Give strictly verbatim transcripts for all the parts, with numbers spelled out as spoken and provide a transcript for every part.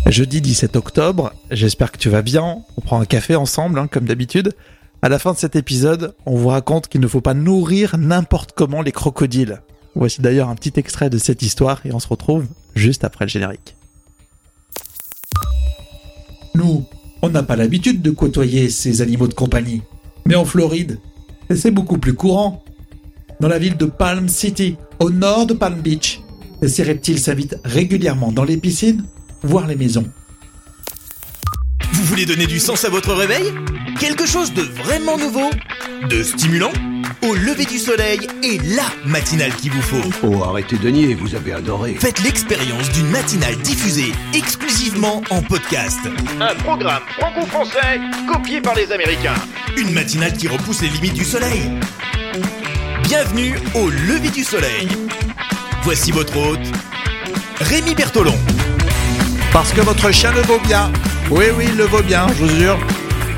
Jeudi dix-sept octobre, j'espère que tu vas bien, on prend un café ensemble, hein, comme d'habitude. À la fin de cet épisode, on vous raconte qu'il ne faut pas nourrir n'importe comment les crocodiles. Voici d'ailleurs un petit extrait de cette histoire et on se retrouve juste après le générique. Nous, on n'a pas l'habitude de côtoyer ces animaux de compagnie. Mais en Floride, c'est beaucoup plus courant. Dans la ville de Palm City, au nord de Palm Beach, ces reptiles s'invitent régulièrement dans les piscines, voire les maisons. Vous voulez donner du sens à votre réveil ? Quelque chose de vraiment nouveau ? De stimulant ? Au lever du soleil est la matinale qu'il vous faut. Oh, arrêtez de nier, vous avez adoré. Faites l'expérience d'une matinale diffusée exclusivement en podcast. Un programme franco-français copié par les Américains. Une matinale qui repousse les limites du soleil. Bienvenue au lever du soleil. Voici votre hôte, Rémi Bertolon. Parce que votre chien le vaut bien. Oui, oui, il le vaut bien, je vous jure.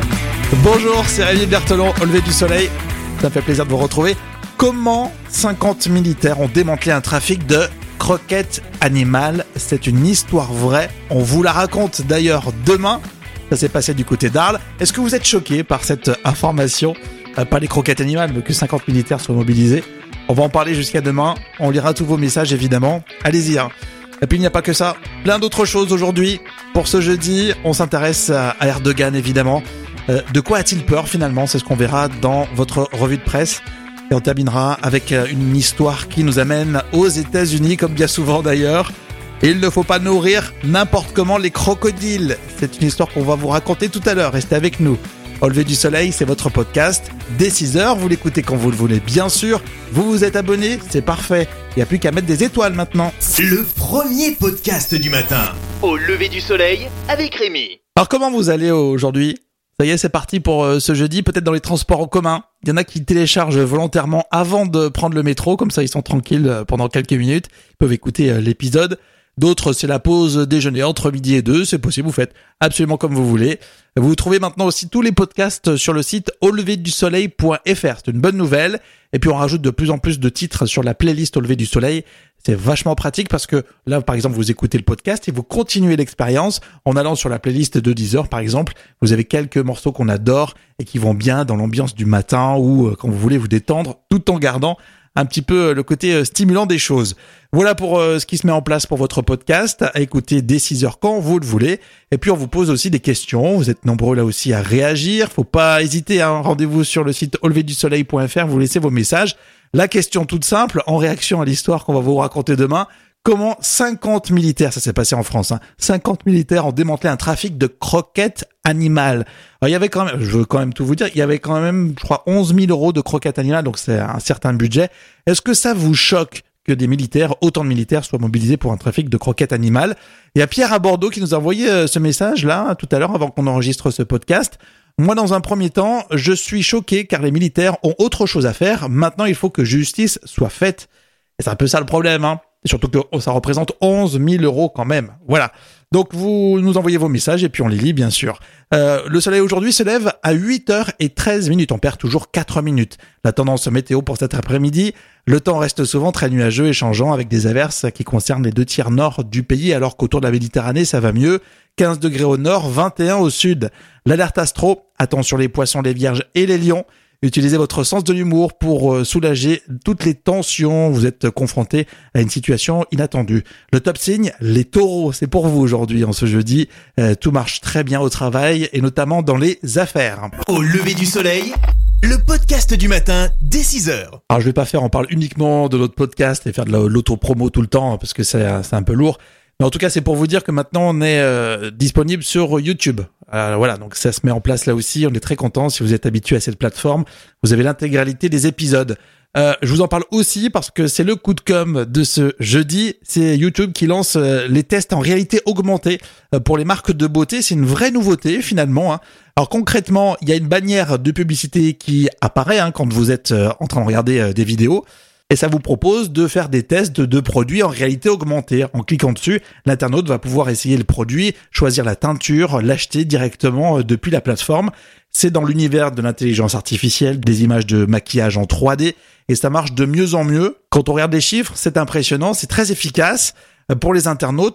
Bonjour, c'est Rémi Bertolon, au lever du soleil. Ça me fait plaisir de vous retrouver. Comment cinquante militaires ont démantelé un trafic de croquettes animales ? C'est une histoire vraie. On vous la raconte d'ailleurs demain. Ça s'est passé du côté d'Arles. Est-ce que vous êtes choqués par cette information ? euh, Pas les croquettes animales, mais que cinquante militaires soient mobilisés. On va en parler jusqu'à demain. On lira tous vos messages, évidemment. Allez-y, hein. Et puis il n'y a pas que ça. Plein d'autres choses aujourd'hui. Pour ce jeudi, on s'intéresse à Erdogan, évidemment. Euh, de quoi a-t-il peur finalement ? C'est ce qu'on verra dans votre revue de presse. Et on terminera avec une histoire qui nous amène aux États-Unis, comme bien souvent d'ailleurs. Et il ne faut pas nourrir n'importe comment les crocodiles. C'est une histoire qu'on va vous raconter tout à l'heure. Restez avec nous. Au lever du soleil, c'est votre podcast. Dès six heures, vous l'écoutez quand vous le voulez, bien sûr. Vous vous êtes abonné, c'est parfait. Il n'y a plus qu'à mettre des étoiles maintenant. Le premier podcast du matin. Au lever du soleil avec Rémi. Alors comment vous allez aujourd'hui ? Ça y est, c'est parti pour euh, ce jeudi, peut-être dans les transports en commun. Il y en a qui téléchargent volontairement avant de prendre le métro, comme ça ils sont tranquilles euh, pendant quelques minutes. Ils peuvent écouter euh, l'épisode. D'autres, c'est la pause déjeuner entre midi et deux. C'est possible, vous faites absolument comme vous voulez. Vous trouvez maintenant aussi tous les podcasts sur le site au lever du soleil point f r. C'est une bonne nouvelle. Et puis on rajoute de plus en plus de titres sur la playlist au lever du soleil. C'est vachement pratique parce que là, par exemple, vous écoutez le podcast et vous continuez l'expérience en allant sur la playlist de dix heures, par exemple. Vous avez quelques morceaux qu'on adore et qui vont bien dans l'ambiance du matin ou quand vous voulez vous détendre, tout en gardant un petit peu le côté stimulant des choses. Voilà pour ce qui se met en place pour votre podcast, à écouter dès six heures quand vous le voulez. Et puis on vous pose aussi des questions, vous êtes nombreux là aussi à réagir, faut pas hésiter, hein. Rendez-vous sur le site au lever du soleil point f r, vous laissez vos messages. La question toute simple, en réaction à l'histoire qu'on va vous raconter demain, comment cinquante militaires, ça s'est passé en France, hein, cinquante militaires ont démantelé un trafic de croquettes animales. Alors, il y avait quand même, je veux quand même tout vous dire, il y avait quand même, je crois, onze mille euros de croquettes animales, donc c'est un certain budget. Est-ce que ça vous choque que des militaires, autant de militaires soient mobilisés pour un trafic de croquettes animales ? Il y a Pierre à Bordeaux qui nous a envoyé ce message-là, tout à l'heure, avant qu'on enregistre ce podcast. Moi, dans un premier temps, je suis choqué car les militaires ont autre chose à faire. Maintenant, il faut que justice soit faite. Et c'est un peu ça le problème, hein. Et surtout que ça représente onze mille euros quand même. Voilà. Donc, vous nous envoyez vos messages et puis on les lit, bien sûr. Euh, le soleil aujourd'hui se lève à huit heures treize minutes. On perd toujours quatre minutes. La tendance météo pour cet après-midi, le temps reste souvent très nuageux et changeant avec des averses qui concernent les deux tiers nord du pays alors qu'autour de la Méditerranée, ça va mieux. quinze degrés au nord, vingt et un au sud. L'alerte astro, attention les poissons, les vierges et les lions. Utilisez votre sens de l'humour pour soulager toutes les tensions. Vous êtes confrontés à une situation inattendue. Le top signe, les taureaux. C'est pour vous aujourd'hui, en ce jeudi. Euh, tout marche très bien au travail et notamment dans les affaires. Au lever du soleil, le podcast du matin dès six heures. Alors je vais pas faire, on parle uniquement de notre podcast et faire de l'auto-promo tout le temps parce que c'est, c'est un peu lourd. Mais en tout cas, c'est pour vous dire que maintenant, on est euh, disponible sur YouTube. Euh, voilà, donc ça se met en place là aussi. On est très contents. Si vous êtes habitué à cette plateforme, vous avez l'intégralité des épisodes. Euh, je vous en parle aussi parce que c'est le coup de com' de ce jeudi. C'est YouTube qui lance euh, les tests en réalité augmentée euh, pour les marques de beauté. C'est une vraie nouveauté finalement, hein. Alors concrètement, il y a une bannière de publicité qui apparaît hein, quand vous êtes euh, en train de regarder euh, des vidéos. Et ça vous propose de faire des tests de produits en réalité augmentée. En cliquant dessus, l'internaute va pouvoir essayer le produit, choisir la teinture, l'acheter directement depuis la plateforme. C'est dans l'univers de l'intelligence artificielle, des images de maquillage en trois D, et ça marche de mieux en mieux. Quand on regarde les chiffres, c'est impressionnant, c'est très efficace. Pour les internautes,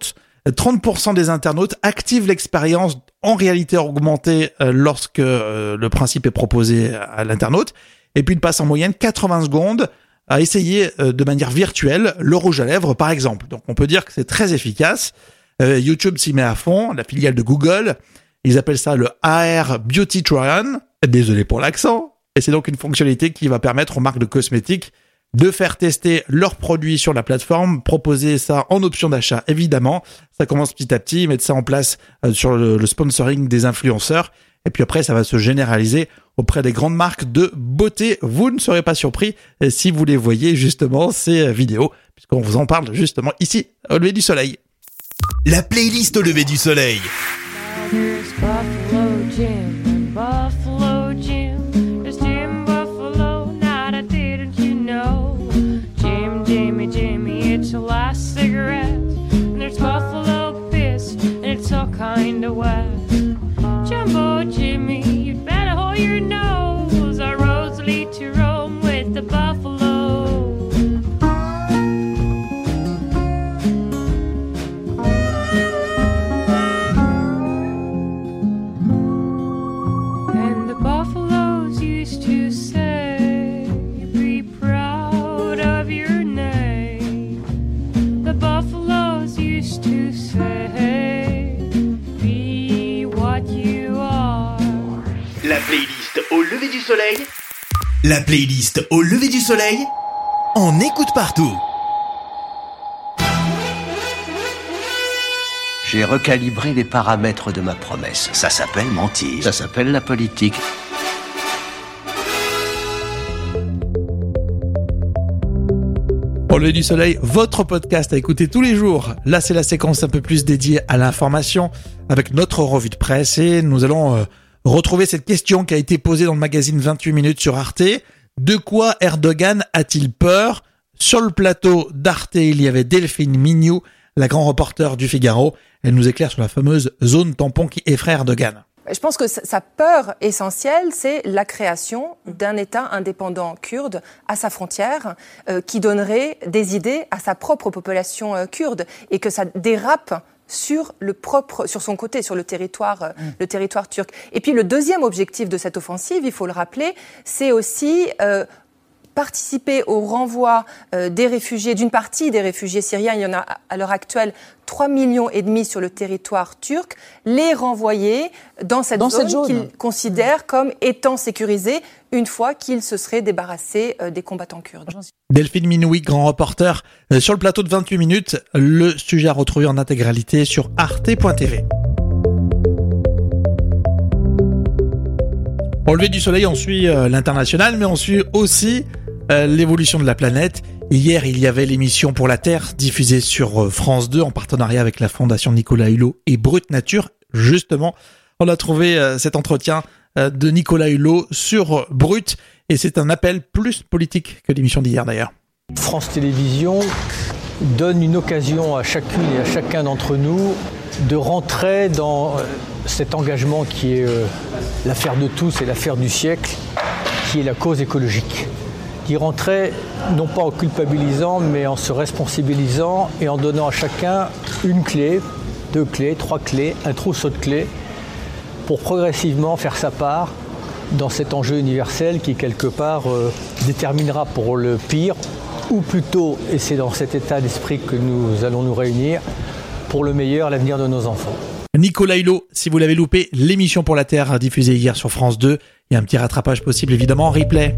trente pour cent des internautes activent l'expérience en réalité augmentée lorsque le principe est proposé à l'internaute. Et puis, il passe en moyenne quatre-vingts secondes à essayer de manière virtuelle le rouge à lèvres, par exemple. Donc, on peut dire que c'est très efficace. Euh, YouTube s'y met à fond, la filiale de Google. Ils appellent ça le A R Beauty Try-On. Désolé pour l'accent. Et c'est donc une fonctionnalité qui va permettre aux marques de cosmétiques de faire tester leurs produits sur la plateforme, proposer ça en option d'achat, évidemment. Ça commence petit à petit, mettre ça en place euh, sur le, le sponsoring des influenceurs. Et puis après, ça va se généraliser auprès des grandes marques de beauté. Vous ne serez pas surpris si vous les voyez justement, ces vidéos, puisqu'on vous en parle justement ici, au lever du soleil. La playlist au lever du soleil. Jumbo Jimmy, you'd better hold your nose. Our roads lead to Rome with the buffalo. And the buffaloes used to say, be proud of your name. The buffaloes used to say, be what you are. La playlist au lever du soleil. La playlist au lever du soleil. On écoute partout. J'ai recalibré les paramètres de ma promesse. Ça s'appelle mentir. Ça s'appelle la politique. Au lever du soleil, votre podcast à écouter tous les jours. Là, c'est la séquence un peu plus dédiée à l'information avec notre revue de presse et nous allons euh, retrouver cette question qui a été posée dans le magazine vingt-huit minutes sur Arte. De quoi Erdogan a-t-il peur ? Sur le plateau d'Arte, il y avait Delphine Mignou, la grande reporter du Figaro. Elle nous éclaire sur la fameuse zone tampon qui effraie Erdogan. Je pense que sa peur essentielle, c'est la création d'un État indépendant kurde à sa frontière, euh, qui donnerait des idées à sa propre population euh, kurde et que ça dérape sur le propre, sur son côté, sur le territoire, euh, mmh. le territoire turc. Et puis le deuxième objectif de cette offensive, il faut le rappeler, c'est aussi euh, participer au renvoi euh, des réfugiés, d'une partie des réfugiés syriens. Il y en a à l'heure actuelle trois millions et demi sur le territoire turc, les renvoyer dans cette dans zone, cette zone qu'ils considèrent comme étant sécurisée une fois qu'ils se seraient débarrassés euh, des combattants kurdes. Delphine Minoui, grand reporter euh, sur le plateau de vingt-huit minutes. Le sujet à retrouver en intégralité sur arte point t v. Au lever du soleil, on suit euh, l'international, mais on suit aussi euh, l'évolution de la planète. Hier, il y avait l'émission Pour la Terre, diffusée sur euh, France deux, en partenariat avec la Fondation Nicolas Hulot et Brut Nature. Justement, on a trouvé euh, cet entretien euh, de Nicolas Hulot sur euh, Brut, et c'est un appel plus politique que l'émission d'hier d'ailleurs. France Télévisions donne une occasion à chacune et à chacun d'entre nous de rentrer dans cet engagement qui est euh, l'affaire de tous et l'affaire du siècle, qui est la cause écologique. D'y rentrer non pas en culpabilisant, mais en se responsabilisant et en donnant à chacun une clé, deux clés, trois clés, un trousseau de clés, pour progressivement faire sa part dans cet enjeu universel qui, quelque part, euh, déterminera pour le pire, ou plutôt, et c'est dans cet état d'esprit que nous allons nous réunir, pour le meilleur, l'avenir de nos enfants. Nicolas Hulot, si vous l'avez loupé, l'émission Pour la Terre diffusée hier sur France deux. Il y a un petit rattrapage possible évidemment en replay.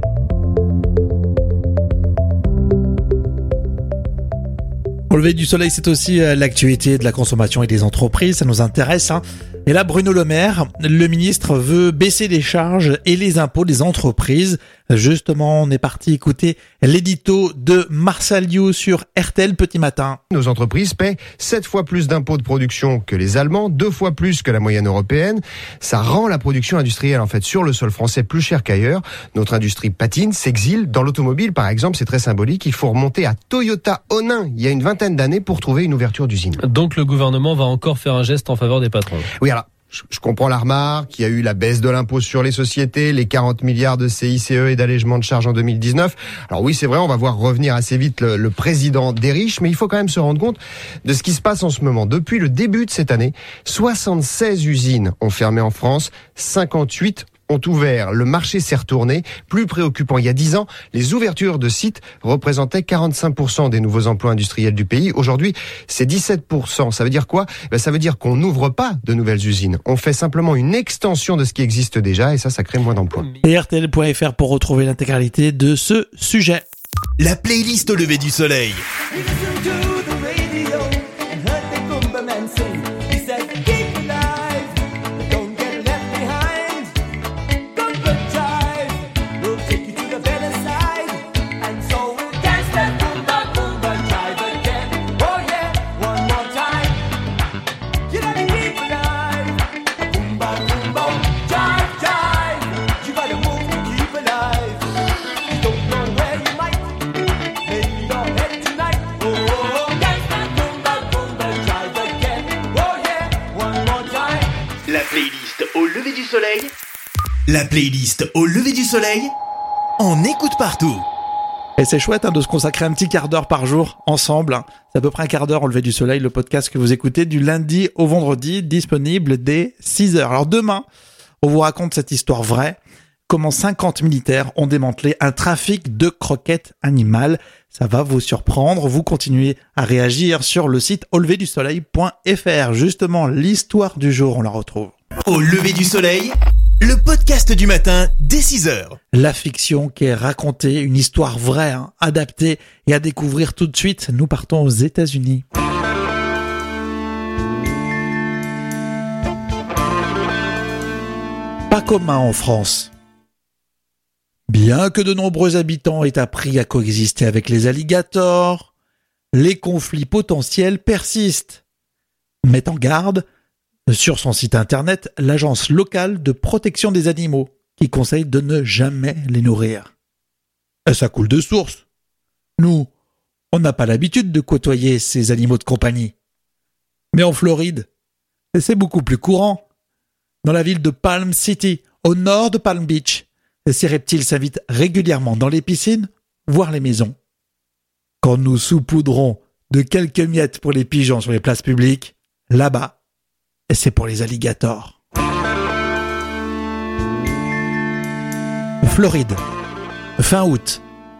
Au lever du soleil, c'est aussi l'actualité de la consommation et des entreprises, ça nous intéresse. Hein. Et là, Bruno Le Maire, le ministre, veut baisser les charges et les impôts des entreprises. Justement, on est parti écouter l'édito de Marcel Liu sur R T L Petit Matin. Nos entreprises paient sept fois plus d'impôts de production que les Allemands, deux fois plus que la moyenne européenne. Ça rend la production industrielle, en fait, sur le sol français plus chère qu'ailleurs. Notre industrie patine, s'exile. Dans l'automobile, par exemple, c'est très symbolique. Il faut remonter à Toyota Onin, il y a une vingtaine d'années, pour trouver une ouverture d'usine. Donc le gouvernement va encore faire un geste en faveur des patrons. Oui, alors, je, je comprends la remarque, il y a eu la baisse de l'impôt sur les sociétés, les quarante milliards de C I C E et d'allègement de charges en deux mille dix-neuf. Alors oui, c'est vrai, on va voir revenir assez vite le, le président des riches, mais il faut quand même se rendre compte de ce qui se passe en ce moment. Depuis le début de cette année, soixante-seize usines ont fermé en France, cinquante-huit ont ouvert. Le marché s'est retourné. Plus préoccupant, il y a dix ans, les ouvertures de sites représentaient quarante-cinq pour cent des nouveaux emplois industriels du pays. Aujourd'hui, c'est dix-sept pour cent. Ça veut dire quoi ? Ben, ça veut dire qu'on n'ouvre pas de nouvelles usines. On fait simplement une extension de ce qui existe déjà et ça, ça crée moins d'emplois. Et R T L point F R pour retrouver l'intégralité de ce sujet. La playlist au lever du soleil. La playlist au lever du soleil. La playlist au lever du soleil. On écoute partout. Et c'est chouette hein, de se consacrer un petit quart d'heure par jour ensemble. Hein. C'est à peu près un quart d'heure au lever du soleil, le podcast que vous écoutez du lundi au vendredi, disponible dès six heures. Alors demain, on vous raconte cette histoire vraie. Comment cinquante militaires ont démantelé un trafic de croquettes animales. Ça va vous surprendre. Vous continuez à réagir sur le site au lever du soleil point F R. Justement, l'histoire du jour, on la retrouve. Au lever du soleil, le podcast du matin dès six heures. La fiction qui est racontée, une histoire vraie, hein, adaptée et à découvrir tout de suite. Nous partons aux États-Unis. Pas commun en France. Bien que de nombreux habitants aient appris à coexister avec les alligators, les conflits potentiels persistent. Met en garde, sur son site internet, l'agence locale de protection des animaux, qui conseille de ne jamais les nourrir. Et ça coule de source. Nous, on n'a pas l'habitude de côtoyer ces animaux de compagnie. Mais en Floride, c'est beaucoup plus courant. Dans la ville de Palm City, au nord de Palm Beach, ces reptiles s'invitent régulièrement dans les piscines, voire les maisons. Quand nous saupoudrons de quelques miettes pour les pigeons sur les places publiques, là-bas, c'est pour les alligators. Floride, fin août,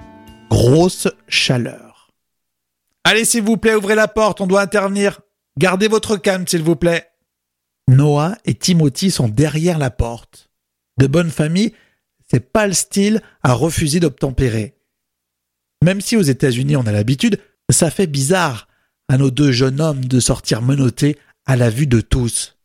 grosse chaleur. Allez, s'il vous plaît, ouvrez la porte, on doit intervenir. Gardez votre calme, s'il vous plaît. Noah et Timothy sont derrière la porte. De bonne famille, c'est pas le style à refuser d'obtempérer. Même si aux États-Unis on a l'habitude, ça fait bizarre à nos deux jeunes hommes de sortir menottés à la vue de tous.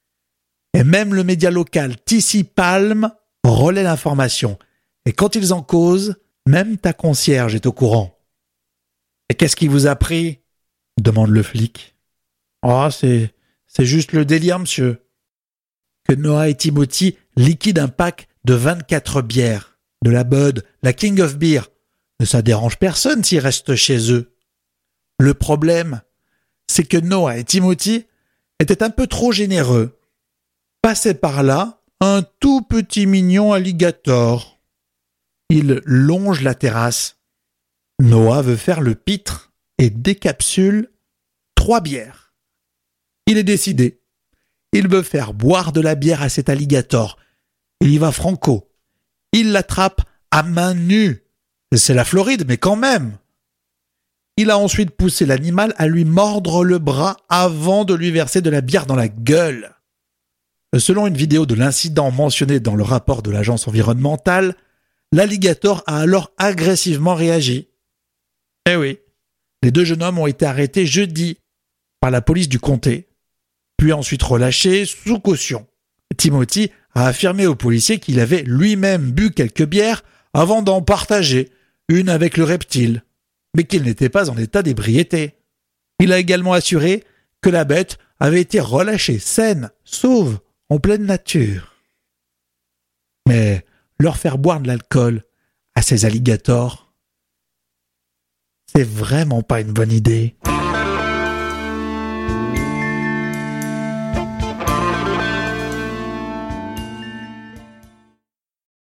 Et même le média local T C Palm relaie l'information. Et quand ils en causent, même ta concierge est au courant. Et qu'est-ce qui vous a pris ? Demande le flic. Oh, c'est, c'est juste le délire, monsieur. Que Noah et Timothy liquident un pack de vingt-quatre bières, de la Bud, la King of Beer. Mais ça dérange personne s'ils restent chez eux. Le problème, c'est que Noah et Timothy étaient un peu trop généreux. Passait par là un tout petit mignon alligator. Il longe la terrasse. Noah veut faire le pitre et décapsule trois bières. Il est décidé. Il veut faire boire de la bière à cet alligator. Il y va franco. Il l'attrape à main nue. C'est la Floride, mais quand même. Il a ensuite poussé l'animal à lui mordre le bras avant de lui verser de la bière dans la gueule. Selon une vidéo de l'incident mentionné dans le rapport de l'agence environnementale, l'alligator a alors agressivement réagi. Eh oui, les deux jeunes hommes ont été arrêtés jeudi par la police du comté, puis ensuite relâchés sous caution. Timothy a affirmé aux policiers qu'il avait lui-même bu quelques bières avant d'en partager une avec le reptile, mais qu'il n'était pas en état d'ébriété. Il a également assuré que la bête avait été relâchée saine, sauve, en pleine nature. Mais leur faire boire de l'alcool à ces alligators, c'est vraiment pas une bonne idée.